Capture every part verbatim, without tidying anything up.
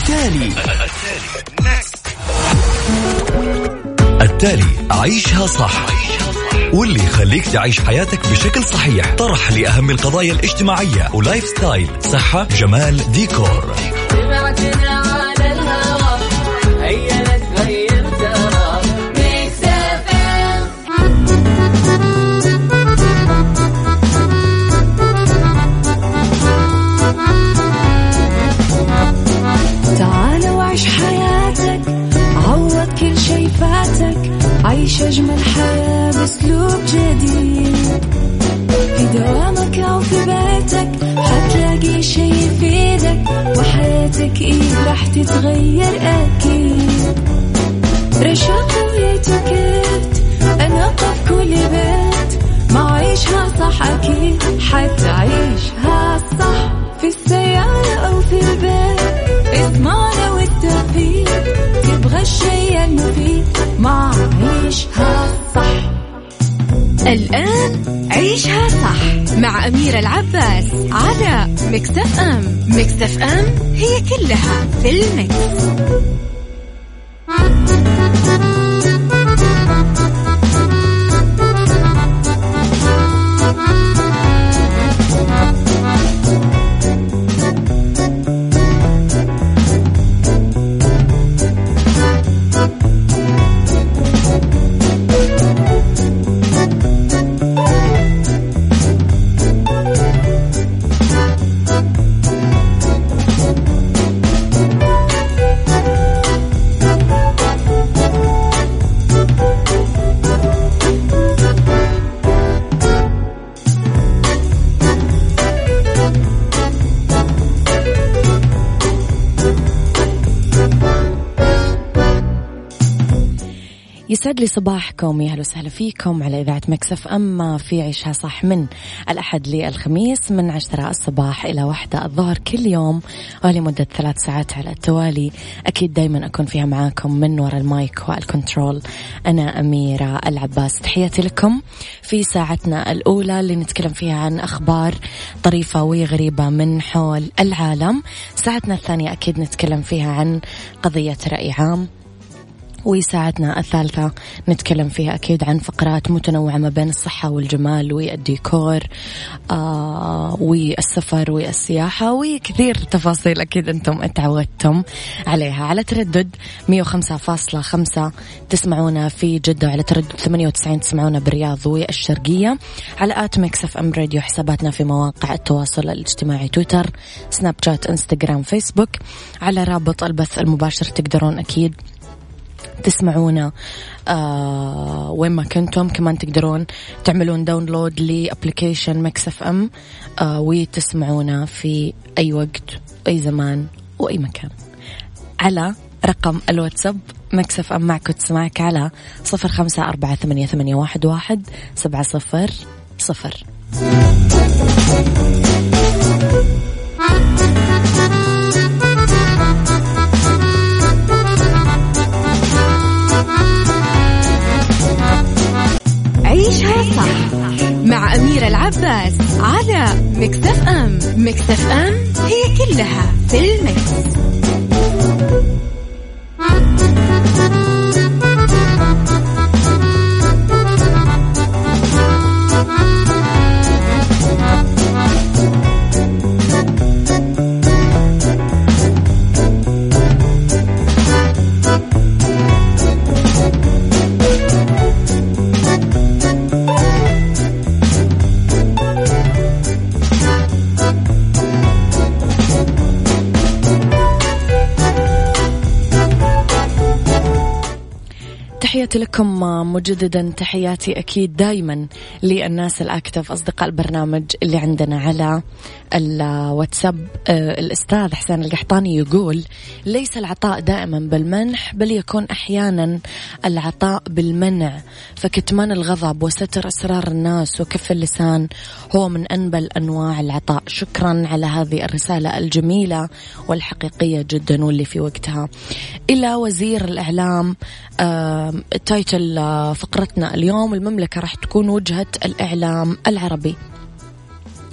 التالي التالي عيشها صح، واللي يخليك تعيش حياتك بشكل صحيح. طرح لأهم القضايا الاجتماعية ولايف ستايل، صحة، جمال، ديكور. تعال وعيش حياتك، عوض كل شي فاتك، عيش أجمل حياة بأسلوب جديد. في دوامك أو في بيتك حتلاقي شي يفيدك، وحياتك إيه راح تتغير أكيد. رشاق ويتوكيت أنا قف كل بيت، ما عيشها صح أكيد حتعيشها صح. في السيارة أو في البيت اسمعنا والتوفيق، تبغى الشيء المفيد ما عيشها صح. الآن عيشها صح مع أميرة العباس على ميكس اف ام. ميكس اف ام هي كلها في الميكس. يسعد لي صباحكم، يا هلا وسهلا فيكم على إذاعة ميكس اف ام في عيشها صح، من الأحد للخميس من عشرة الصباح إلى واحدة الظهر كل يوم، ولمدة ثلاث ساعات على التوالي. أكيد دايما أكون فيها معاكم من وراء المايك والكنترول. أنا أميرة العباس، تحياتي لكم في ساعتنا الأولى اللي نتكلم فيها عن أخبار طريفة وغريبة من حول العالم. ساعتنا الثانية أكيد نتكلم فيها عن قضية رأي عام، وساعتنا الثالثة نتكلم فيها أكيد عن فقرات متنوعة ما بين الصحة والجمال والديكور آه والسفر والسياحة وكثير تفاصيل أكيد أنتم اتعودتم عليها. على تردد مية وخمسة فاصلة خمسة تسمعونا في جدة، على تردد ثمانية وتسعين تسمعونا بالرياض والشرقية، على آت ميكس اف ام راديو، حساباتنا في مواقع التواصل الاجتماعي تويتر، سناب شات، انستغرام، فيسبوك. على رابط البث المباشر تقدرون أكيد تسمعونا آه وين ما كنتم. كمان تقدرون تعملون داونلود لأبليكيشن ميكس اف ام آه وتسمعونا في أي وقت أي زمان وأي مكان على رقم الواتساب ميكس اف ام. معك تسمعك على صفر خمسة أربعة ثمانية ثمانية واحد واحد سبعة صفر صفر. عيشها صح مع أميرة العباس على ميكس اف ام. ميكس اف ام هي كلها في الميكس. تحياتي لكم مجددا، تحياتي أكيد دايما للناس الأكتف أصدقاء البرنامج اللي عندنا على الواتساب. الأستاذ حسين القحطاني يقول: ليس العطاء دائما بالمنح، بل يكون أحيانا العطاء بالمنع، فكتمان الغضب وستر أسرار الناس وكف اللسان هو من أنبل أنواع العطاء. شكرا على هذه الرسالة الجميلة والحقيقية جدا واللي في وقتها. إلى وزير الإعلام، تايتل فقرتنا اليوم: المملكة راح تكون وجهة الإعلام العربي.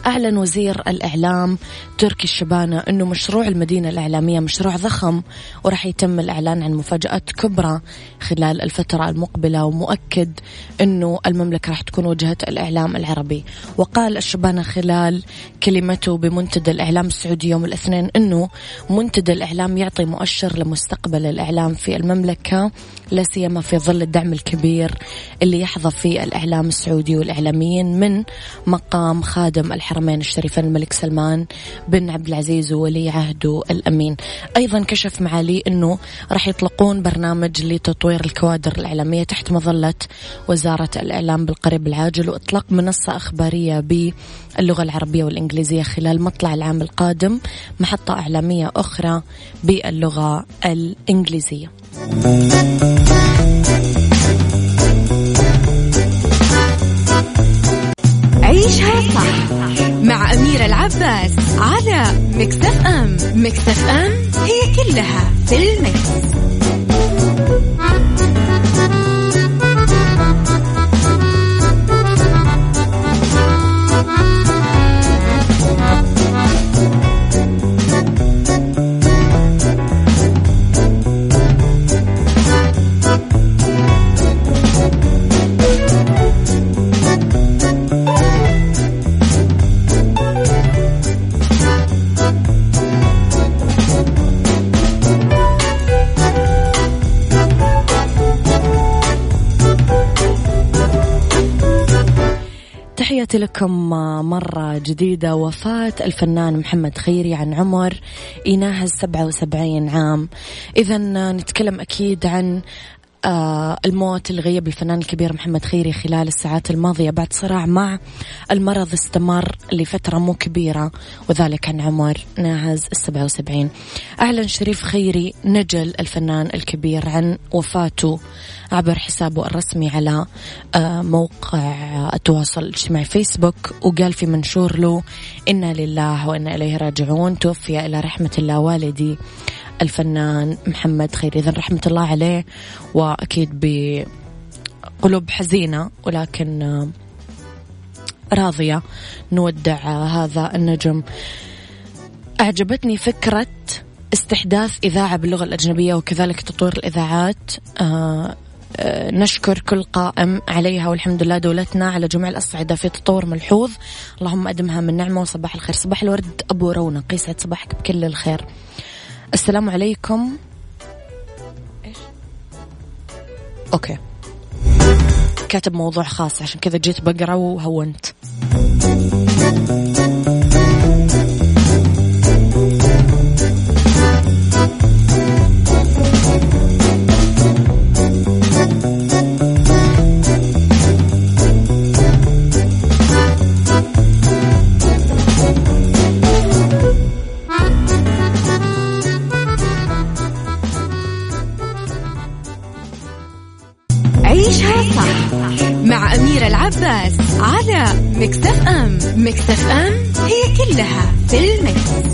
أعلن وزير الإعلام تركي الشبانة أنه مشروع المدينة الإعلامية مشروع ضخم ورح يتم الإعلان عن مفاجآت كبرى خلال الفترة المقبلة، ومؤكد أنه المملكة رح تكون وجهة الإعلام العربي. وقال الشبانة خلال كلمته بمنتدى الإعلام السعودي يوم الاثنين أنه منتدى الإعلام يعطي مؤشر لمستقبل الإعلام في المملكة، لا سيما في ظل الدعم الكبير اللي يحظى فيه الإعلام السعودي والإعلاميين من مقام خادم الحرمين الشريفين الملك سلمان بن عبد العزيز وولي عهده الأمين. أيضا كشف معالي أنه راح يطلقون برنامج لتطوير الكوادر الإعلامية تحت مظلة وزارة الإعلام بالقريب العاجل، وإطلاق منصة إخبارية باللغة العربية والإنجليزية خلال مطلع العام القادم، محطة إعلامية أخرى باللغة الإنجليزية. عيشها صح مع أميرة العباس على ميكس اف ام. ميكس اف ام هي كلها في الميكس. تحياتي لكم مرة جديدة. وفاة الفنان محمد خيري عن عمر يناهز سبعة وسبعين عام. إذا نتكلم أكيد عن آه الموت اللي غيب الفنان الكبير محمد خيري خلال الساعات الماضية بعد صراع مع المرض استمر لفترة مو كبيرة، وذلك عن عمر ناهز السبعة وسبعين. أعلن شريف خيري نجل الفنان الكبير عن وفاته عبر حسابه الرسمي على آه موقع التواصل الاجتماعي فيسبوك، وقال في منشور له: إنا لله وإنا إليه راجعون، توفي إلى رحمة الله والدي الفنان محمد خيري. إذن رحمة الله عليه، وأكيد بقلوب حزينة ولكن راضية نودع هذا النجم. أعجبتني فكرة استحداث إذاعة باللغة الأجنبية وكذلك تطوير الإذاعات. آه آه نشكر كل قائم عليها، والحمد لله دولتنا على جميع الأصعدة في تطور ملحوظ، اللهم أدمها من نعمة. وصباح الخير، صباح الورد أبو رونق، يسعد صباحك بكل الخير. السلام عليكم. إيش؟ أوكي، كاتب موضوع خاص عشان كذا جيت بقرأ وهونت. عيشها صح مع أميرة العباس على ميكس اف ام. ميكس اف ام هي كلها في الميكس.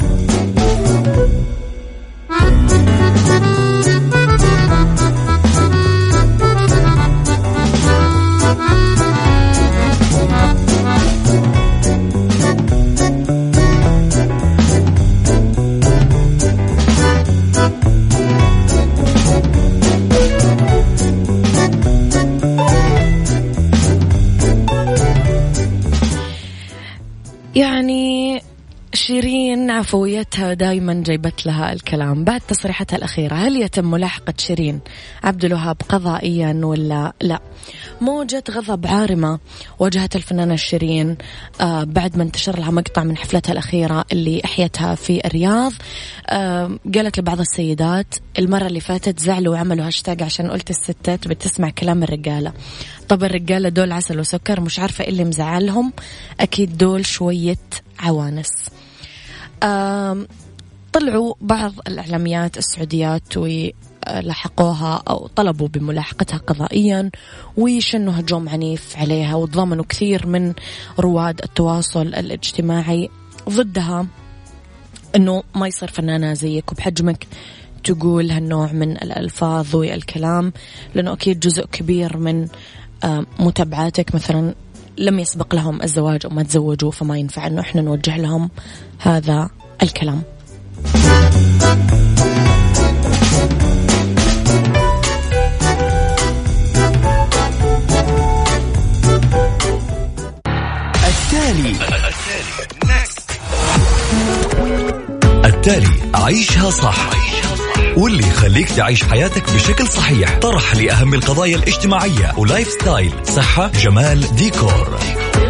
يعني شيرين عفويتها دايما جايبت لها الكلام بعد تصريحاتها الأخيرة. هل يتم ملاحقة شيرين عبد الوهاب قضائيا ولا لا؟ موجة غضب عارمة واجهت الفنانة شيرين آه بعد ما انتشر لها مقطع من حفلتها الأخيرة اللي أحيتها في الرياض. آه قالت لبعض السيدات المرة اللي فاتت زعلوا وعملوا هاشتاج عشان قلت الستات بتسمع كلام الرجالة. طب الرجالة دول عسل وسكر، مش عارفة إيه اللي مزعلهم، أكيد دول شوية عوانس. طلعوا بعض الإعلاميات السعوديات ولحقوها أو طلبوا بملاحقتها قضائيا ويشنوا هجوم عنيف عليها، وتضامنوا كثير من رواد التواصل الاجتماعي ضدها أنه ما يصير فنانة زيك وبحجمك تقول هالنوع من الألفاظ والكلام، لأنه أكيد جزء كبير من متابعاتك مثلا لم يسبق لهم الزواج أو ما تزوجوا، فما ينفع أنه إحنا نوجه لهم هذا الكلام. التالي التالي عيشها صح، واللي يخليك تعيش حياتك بشكل صحيح. طرح لأهم القضايا الاجتماعية ولايف ستايل، صحة، جمال، ديكور.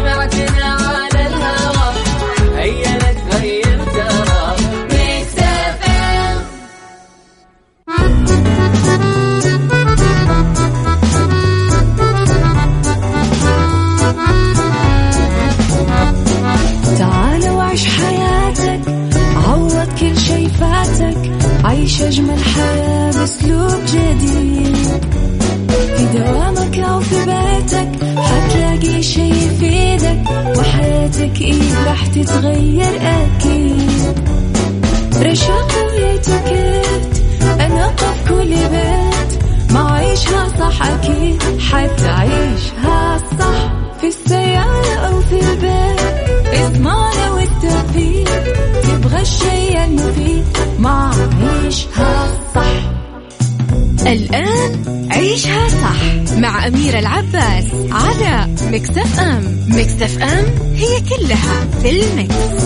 تعال وعيش حياتك، عوض كل شي فاتك، عيش أجمل حياة بأسلوب جديد. في دوامك أو في بيتك حتلاقي شي يفيدك، وحياتك إيه راح تتغير أكيد. رشاق ويتوكيت أنا قف كل بيت، ما عيشها صح أكيد حتعيشها صح. في السيارة أو في البيت اسمعنا والتوفيق، تبغى الشيء المفيد ما عيشها صح. الآن عيشها صح مع أميرة العباس على ميكس اف ام. ميكس اف ام هي كلها في الميكس.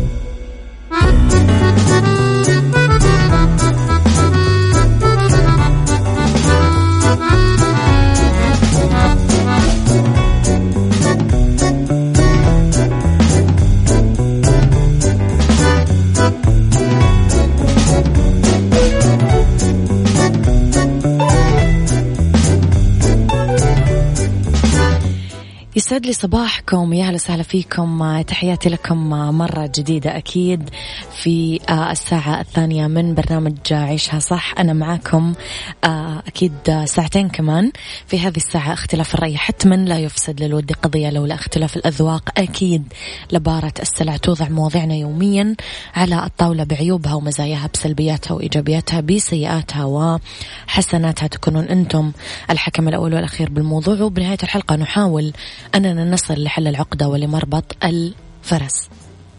يسعد لي صباحكم، يا هلا وسهلا فيكم، تحياتي لكم مرة جديدة أكيد في الساعة الثانية من برنامج عيشها صح. أنا معاكم أكيد ساعتين كمان. في هذه الساعة اختلاف الرأي حتما لا يفسد للود قضية، لولا اختلاف الأذواق أكيد لبارة السلع. توضع مواضيعنا يوميا على الطاولة بعيوبها ومزاياها، بسلبياتها وإيجابياتها، بسيئاتها وحسناتها. تكونون أنتم الحكم الأول والأخير بالموضوع، وبنهاية الحلقة نحاول أننا نصل لحل العقدة ولمربط الفرس.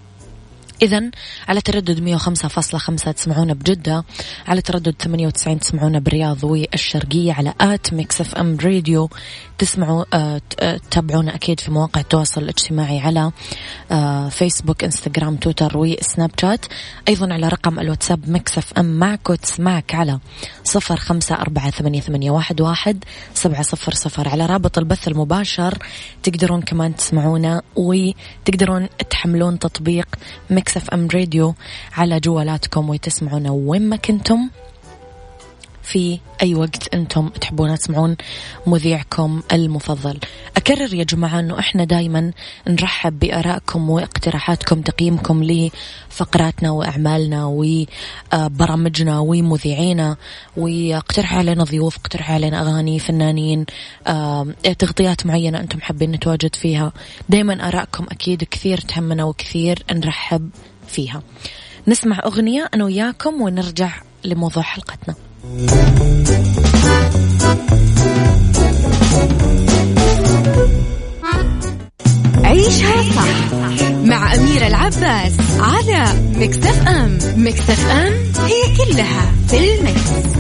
إذن على تردد مية وخمسة فاصلة خمسة تسمعونا بجدة، على تردد ثمانية وتسعين تسمعونا بالرياض والشرقية، على آت ميكس اف ام راديو تسمعوا آه تتابعونا أكيد في مواقع التواصل الاجتماعي على آه فيسبوك، انستغرام، تويتر وسناب شات. أيضا على رقم الواتساب ميكس اف ام معك وتسمعك على صفر خمسة أربعة ثمانية ثمانية واحد واحد سبعة صفر صفر. على رابط البث المباشر تقدرون كمان تسمعونا، وتقدرون تحملون تطبيق ميكس اف ام راديو على جوالاتكم وتسمعونا وين ما كنتم في أي وقت أنتم تحبون تسمعون مذيعكم المفضل. أكرر يا جماعة أنه إحنا دايما نرحب بآرائكم واقتراحاتكم، تقييمكم لفقراتنا وأعمالنا وبرامجنا ومذيعينا، واقترحوا علينا ضيوف، اقترحوا علينا أغاني، فنانين، تغطيات معينة أنتم حابين نتواجد فيها. دايما آرائكم أكيد كثير تهمنا وكثير نرحب فيها. نسمع أغنية أنا وياكم ونرجع لموضوع حلقتنا. عيشها صح مع أميرة العباس على ميكس اف ام. ميكس اف ام هي كلها في الميكس.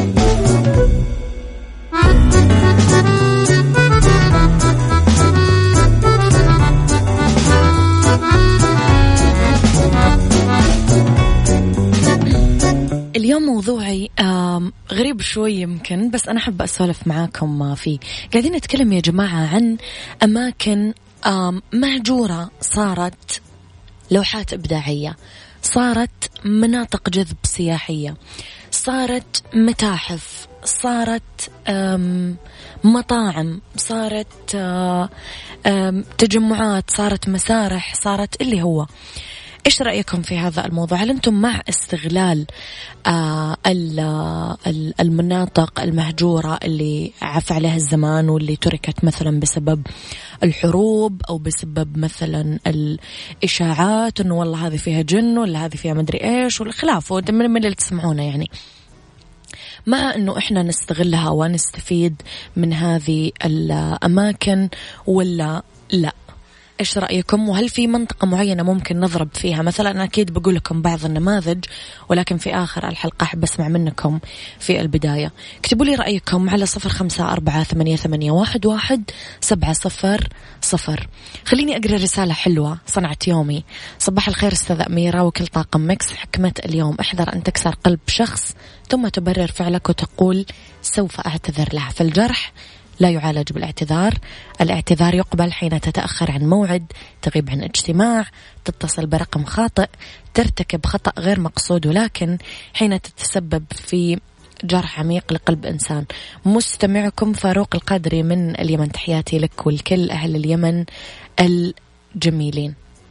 اليوم موضوعي غريب شوي يمكن، بس أنا حابة أسولف معاكم فيه. قاعدين نتكلم يا جماعة عن أماكن مهجورة، صارت لوحات إبداعية، صارت مناطق جذب سياحية، صارت متاحف، صارت مطاعم، صارت تجمعات، صارت مسارح، صارت اللي هو. إيش رأيكم في هذا الموضوع؟ هل أنتم مع استغلال آه المناطق المهجورة اللي عفى عليها الزمان واللي تركت مثلا بسبب الحروب أو بسبب مثلا الإشاعات إنه والله هذه فيها جن ولا هذه فيها مدري إيش والخلاف من اللي تسمعونه، يعني مع أنه إحنا نستغلها ونستفيد من هذه الأماكن، ولا لا؟ إيش رأيكم؟ وهل في منطقة معينة ممكن نضرب فيها مثلا؟ أنا أكيد بقول لكم بعض النماذج، ولكن في آخر الحلقة أحب أسمع منكم في البداية. اكتبوا لي رأيكم على صفر خمسة أربعة ثمانية ثمانية واحد واحد سبعة صفر صفر. خليني أقرأ رسالة حلوة صنعت يومي. صباح الخير أستاذ أميرة وكل طاقم مكس. حكمة اليوم: احذر أن تكسر قلب شخص ثم تبرر فعلك وتقول سوف أعتذر له. فالجرح لا يعالج بالاعتذار. الاعتذار يقبل حين تتأخر عن موعد، تغيب عن اجتماع، تتصل برقم خاطئ، ترتكب خطأ غير مقصود، ولكن حين تتسبب في جرح عميق لقلب إنسان. مستمعكم فاروق القادري من اليمن. تحياتي لك والكل أهل اليمن الجميلين.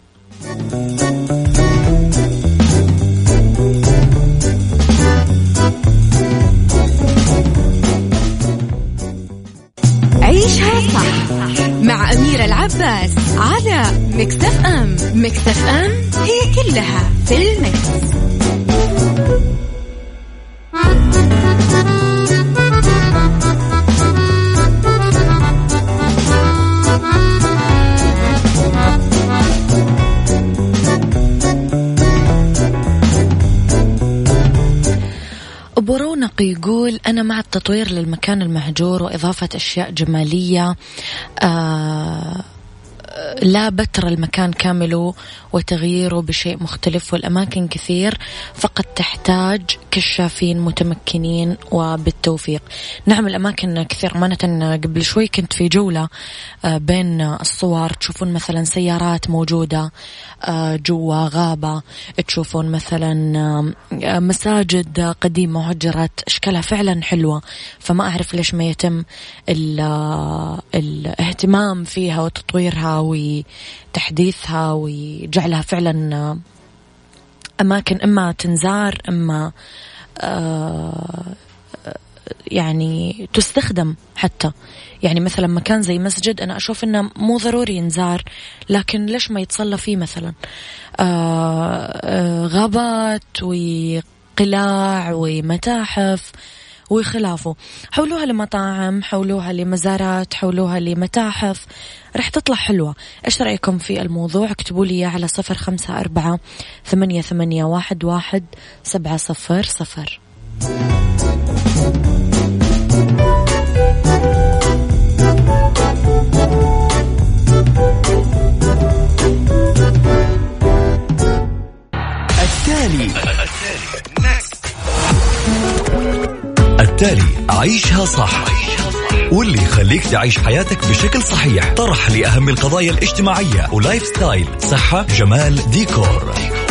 عيشها صح مع أميرة العباس على ميكس اف ام. ميكس اف ام هي كلها في الميكس. أبو رونق يقول أنا مع التطوير للمكان المهجور وإضافة أشياء جمالية، آه لا بتر المكان كامله وتغييره بشيء مختلف، والأماكن كثير فقط تحتاج كشافين متمكنين وبالتوفيق. نعم الأماكن كثير. أمانة قبل شوي كنت في جولة بين الصور، تشوفون مثلا سيارات موجودة جوا غابة، تشوفون مثلا مساجد قديمة هجرت أشكالها فعلا حلوة. فما أعرف ليش ما يتم الاهتمام فيها وتطويرها وتحديثها وجعلها فعلا أماكن إما تنزار إما يعني تستخدم حتى. يعني مثلا مكان زي مسجد أنا أشوف إنه مو ضروري ينزار، لكن ليش ما يتصلى فيه مثلا غابات وقلاع ومتاحف وخلافه. حولوها لمطاعم، حولوها لمزارات، حولوها لمتاحف، رح تطلع حلوة. إيش رأيكم في الموضوع؟ اكتبوا لي على صفر خمسة أربعة ثمانية ثمانية واحد واحد سبعة صفر صفر. التالي التالي عيشها صح، واللي يخليك تعيش حياتك بشكل صحيح. طرح لأهم القضايا الاجتماعية ولايف ستايل، صحة، جمال، ديكور.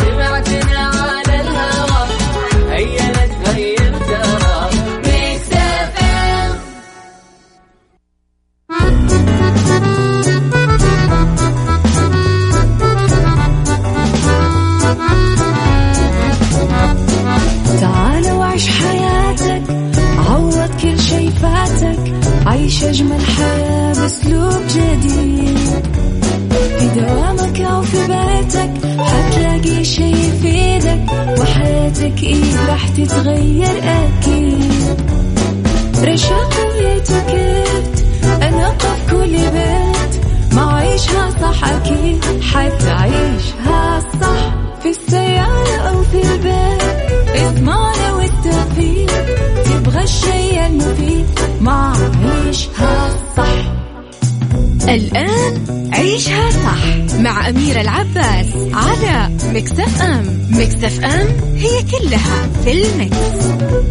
تعال وعيش حياتك، عوض كل شي فاتك، عيش أجمل حياة بأسلوب جديد. في دوامك أو في بيتك حتلاقي شي يفيدك، وحياتك إيه راح تتغير أكيد. رشاق ويتوكيت أنا قف كل بيت، ما عيشها صح أكيد حتعيشها صح. في السيارة أو في البيت اسمعنا والتوفيق، تبغى الشيء المفيد ما عيشها صح. الآن عيشها صح مع أميرة العباس على ميكس اف ام. ميكس اف ام هي كلها في الميكس.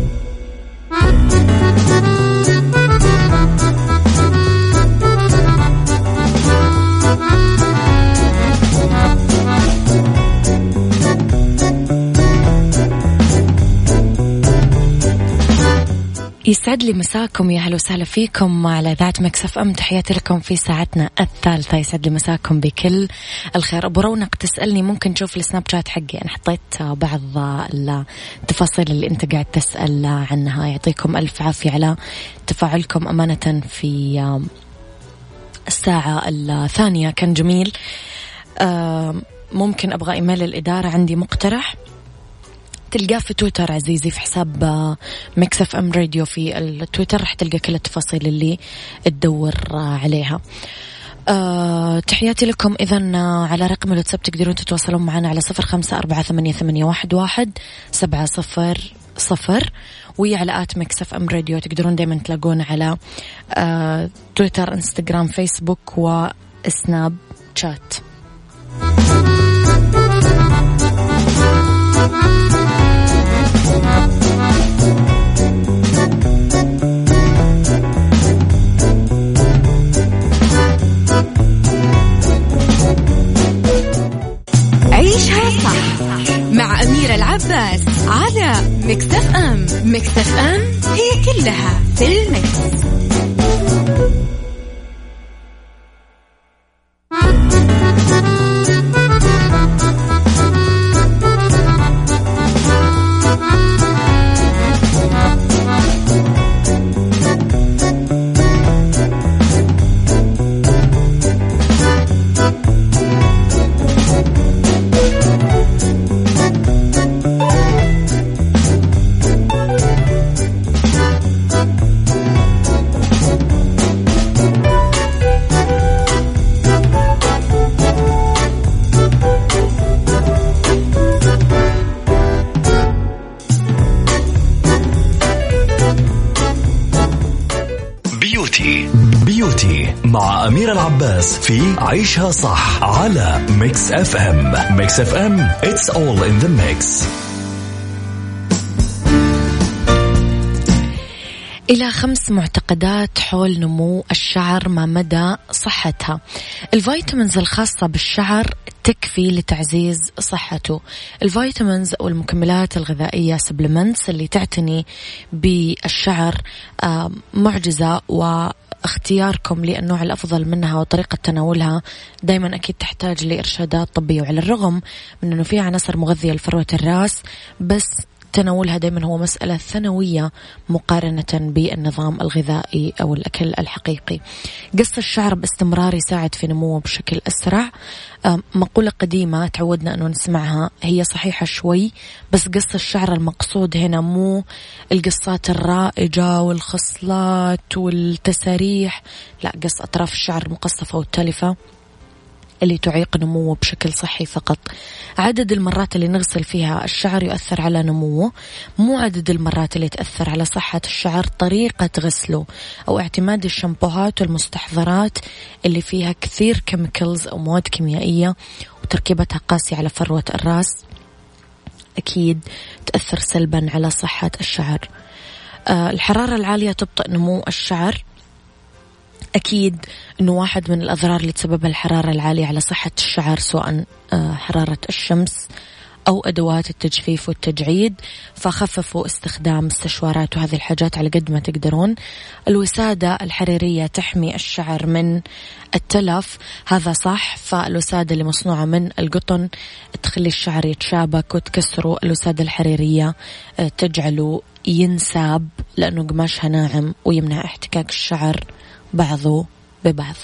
يسعد لي مساكم، يا هلا وسهلا فيكم على إذاعة مكس اف ام. تحياتي لكم في ساعتنا الثالثة. يسعد لي مساكم بكل الخير. أبو رونق تسألني ممكن تشوف السناب شات حقي، أنا حطيت بعض التفاصيل اللي أنت قاعد تسأل عنها. يعطيكم ألف عافية على تفاعلكم أمانة في الساعة الثانية، كان جميل. ممكن أبغى إيميل الإدارة، عندي مقترح تلقاه في تويتر عزيزي في حساب ميكس اف ام راديو في التويتر، رح تلقى كل التفاصيل اللي تدور عليها. أه تحياتي لكم إذن على رقم الواتساب تقدرون تتواصلون معنا على صفر خمسة أربعة ثمانية ثمانية واحد واحد سبعة صفر صفر، وعلى آت ميكس اف ام راديو. تقدرون دايما تلاقون على أه تويتر، انستغرام، فيسبوك وسناب شات. عيشها صح مع أميرة العباس على ميكس اف ام. ميكس اف ام هي كلها في الميكس. بيوتي مع أميرة العباس في عيشها صح على ميكس اف ام. ميكس اف ام it's all in the mix. إلى خمس معتقدات حول نمو الشعر ما مدى صحتها. الفيتامينز الخاصة بالشعر تكفي لتعزيز صحته. الفيتامينز أو المكملات الغذائية supplements اللي تعتني بالشعر معجزة، واختياركم للنوع الأفضل منها وطريقة تناولها دايما أكيد تحتاج لإرشادات طبية. وعلى الرغم من أنه فيها عناصر مغذية لفروة الرأس، بس تناولها دايما هو مسألة ثانوية مقارنة بالنظام الغذائي أو الأكل الحقيقي. قص الشعر باستمرار يساعد في نموه بشكل أسرع. مقولة قديمة تعودنا أنه نسمعها، هي صحيحة شوي، بس قص الشعر المقصود هنا مو القصات الرائجة والخصلات والتساريح، لا، قص أطراف الشعر المقصفة والتالفة اللي تعيق نموه بشكل صحي فقط. عدد المرات اللي نغسل فيها الشعر يؤثر على نموه، مو عدد المرات اللي تأثر على صحة الشعر، طريقة غسله أو اعتماد الشامبوهات والمستحضرات اللي فيها كثير كيميكلز أو مواد كيميائية وتركيبتها قاسية على فروة الرأس، أكيد تأثر سلبا على صحة الشعر. أه الحرارة العالية تبطئ نمو الشعر. أكيد أنه واحد من الأضرار اللي تسببها الحرارة العالية على صحة الشعر، سواء حرارة الشمس أو أدوات التجفيف والتجعيد، فخففوا استخدام السشوارات وهذه الحاجات على قد ما تقدرون. الوسادة الحريرية تحمي الشعر من التلف، هذا صح، فالوسادة اللي مصنوعة من القطن تخلي الشعر يتشابك وتكسره. الوسادة الحريرية تجعله ينساب لأنه قماشها ناعم ويمنع احتكاك الشعر بعضه ببعض.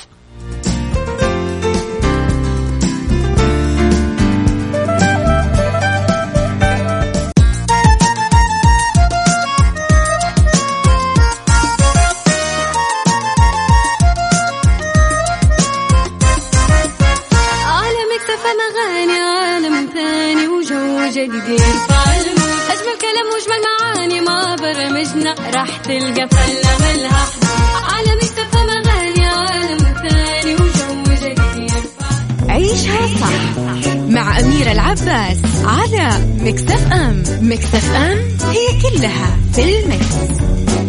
عالم اكتفى مغاني، عالم ثاني وجو جديد، أجمل كلام وأجمل معاني، ما برمجنا راح تلقى فلة ملها. عالم اكتفى مغاني، عالم ثاني وجو جديد. عيشها صح مع أميرة العباس على ميكس اف ام. ميكس اف ام هي كلها في الميكس.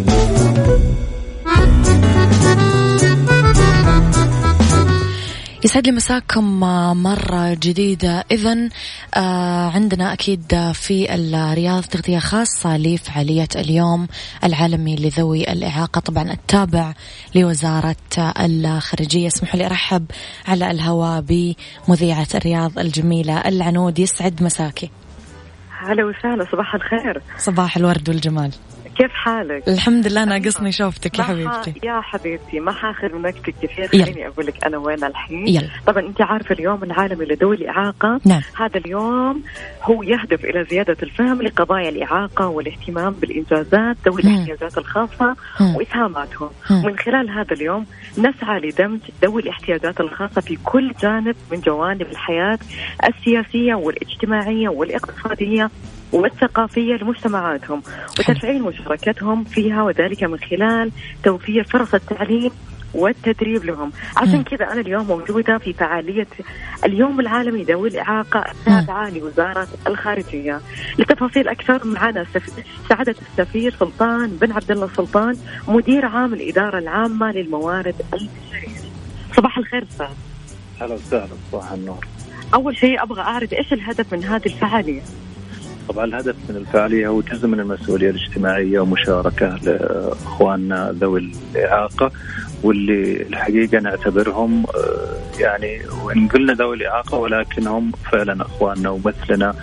يسعد لي مساكم مرة جديدة. إذن آه عندنا أكيد في الرياض تغطية خاصة لفعالية اليوم العالمي لذوي الإعاقة، طبعا التابع لوزارة الخارجية. اسمحوا لي أرحب على الهواء بمذيعة الرياض الجميلة العنود. يسعد مساكي. هلا وسهلا، صباح الخير. صباح الورد والجمال. كيف حالك؟ الحمد لله، ناقصني شوفتك يا حبيبتي. يا حبيبتي ما حاخذ من وقتك كثير، خليني أقول لك أنا وين الحين. يلا. طبعا أنت عارفة اليوم العالمي لذوي الإعاقة. نعم. هذا اليوم هو يهدف إلى زيادة الفهم لقضايا الإعاقة والاهتمام بالإنجازات ذوي الاحتياجات الخاصة مم. وإسهاماتهم. مم. ومن خلال هذا اليوم نسعى لدمج ذوي الاحتياجات الخاصة في كل جانب من جوانب الحياة السياسية والاجتماعية والاقتصادية والثقافية لمجتمعاتهم وتفعيل مشاركتهم فيها، وذلك من خلال توفير فرص التعليم والتدريب لهم. عشان كذا أنا اليوم موجودة في فعالية اليوم العالمي ذوي الإعاقة التابعة لوزارة الخارجية. لتفاصيل أكثر معنا سعادة السفير سلطان بن عبد الله السلطان، مدير عام الإدارة العامة للموارد البشرية. صباح الخير أستاذ. هلا وسهلا، صباح النور. أول شيء أبغى أعرف إيش الهدف من هذه الفعالية؟ طبعا الهدف من الفعالية هو جزء من المسؤولية الاجتماعية ومشاركة لإخواننا ذوي الإعاقة، واللي الحقيقة نعتبرهم يعني وإن قلنا ذوي الإعاقة ولكنهم فعلا إخواننا ومثلنا،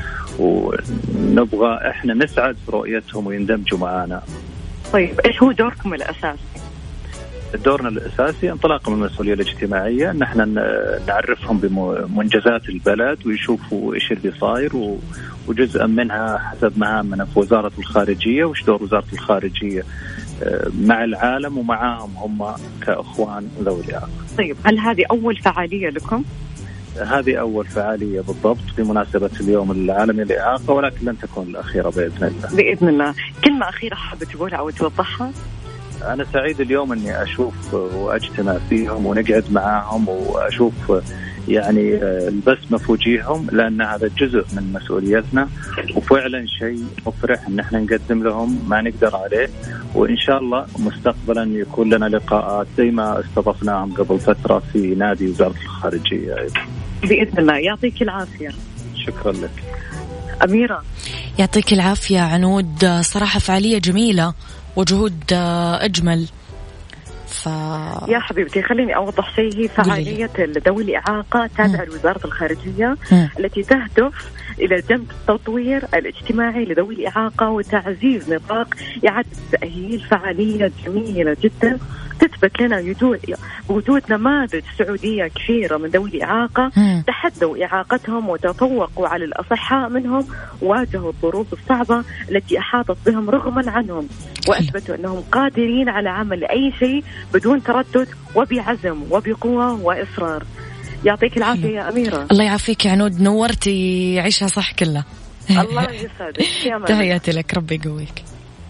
ونبغى إحنا نسعد في رؤيتهم ويندمجوا معنا. طيب إيش هو دوركم الأساسي؟ دورنا الأساسي انطلاقا من المسؤولية الاجتماعية، ان احنا نعرفهم بمنجزات البلد ويشوفوا ايش اللي صاير، وجزءا منها حسب مهامنا في وزارة الخارجية وش دور وزارة الخارجية مع العالم ومعاهم هم كأخوان ذوي الإعاقة. طيب هل هذه أول فعالية لكم؟ هذه أول فعالية بالضبط بمناسبة اليوم العالمي للإعاقة، ولكن لن تكون الأخيرة بإذن الله. بإذن الله. كلمة أخيرة حابة تقولها أو توضحها؟ أنا سعيد اليوم أني أشوف وأجتمع فيهم ونقعد معاهم وأشوف يعني البسمة في وجيههم، لأن هذا جزء من مسؤوليتنا وفعلا شيء مفرح أن احنا نقدم لهم ما نقدر عليه، وإن شاء الله مستقبلا يكون لنا لقاءات زي ما استضفناهم قبل فترة في نادي وزارة الخارجية أيضا. بإذن الله. يعطيك العافية. شكرا لك أميرة. يعطيك العافية عنود، صراحة فعالية جميلة وجهود أجمل. ف... يا حبيبتي خليني أوضح شيء. هي فعالية ذوي الإعاقة تابعة لوزارة الخارجية م. التي تهدف إلى جنب التطوير الاجتماعي لذوي الإعاقة وتعزيز نطاق إعادة التأهيل. فعالية جميلة جدا تثبت لنا وجود نماذج سعودية كثيرة من ذوي الإعاقة تحدوا إعاقتهم وتفوقوا على الأصحاء منهم، واجهوا الظروف الصعبة التي أحاطت بهم رغما عنهم، وأثبتوا أنهم قادرين على عمل أي شيء بدون تردد وبعزم وبقوة وإصرار. يعطيك العافية يا أميرة. الله يعافيك يا عنود، نورتي عيشها صح كلها. الله يسعدك. تحياتي لك، ربي يقويك.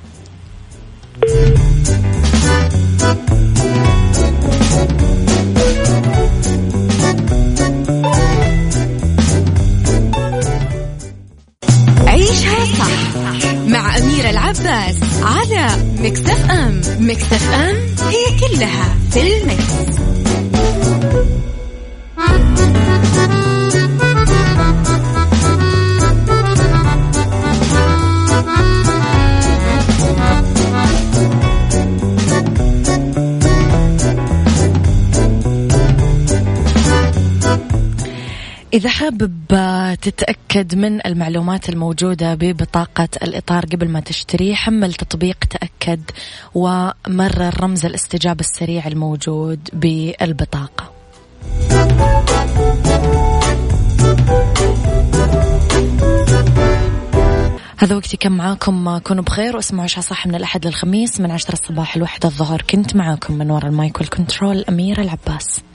عيشها صح مع أميرة العباس على ميكس اف ام. ميكس اف ام هي كلها في الميكس. إذا حابب تتأكد من المعلومات الموجودة ببطاقة الإطار قبل ما تشتري، حمل تطبيق تأكد ومرر رمز الاستجابة السريع الموجود بالبطاقة. هذا وقتي كم معاكم، كونوا بخير واسمعوا عشاء صح من الأحد للخميس من عشرة الصباح الواحدة الظهر. كنت معاكم من وراء المايك والكنترول أميرة العباس.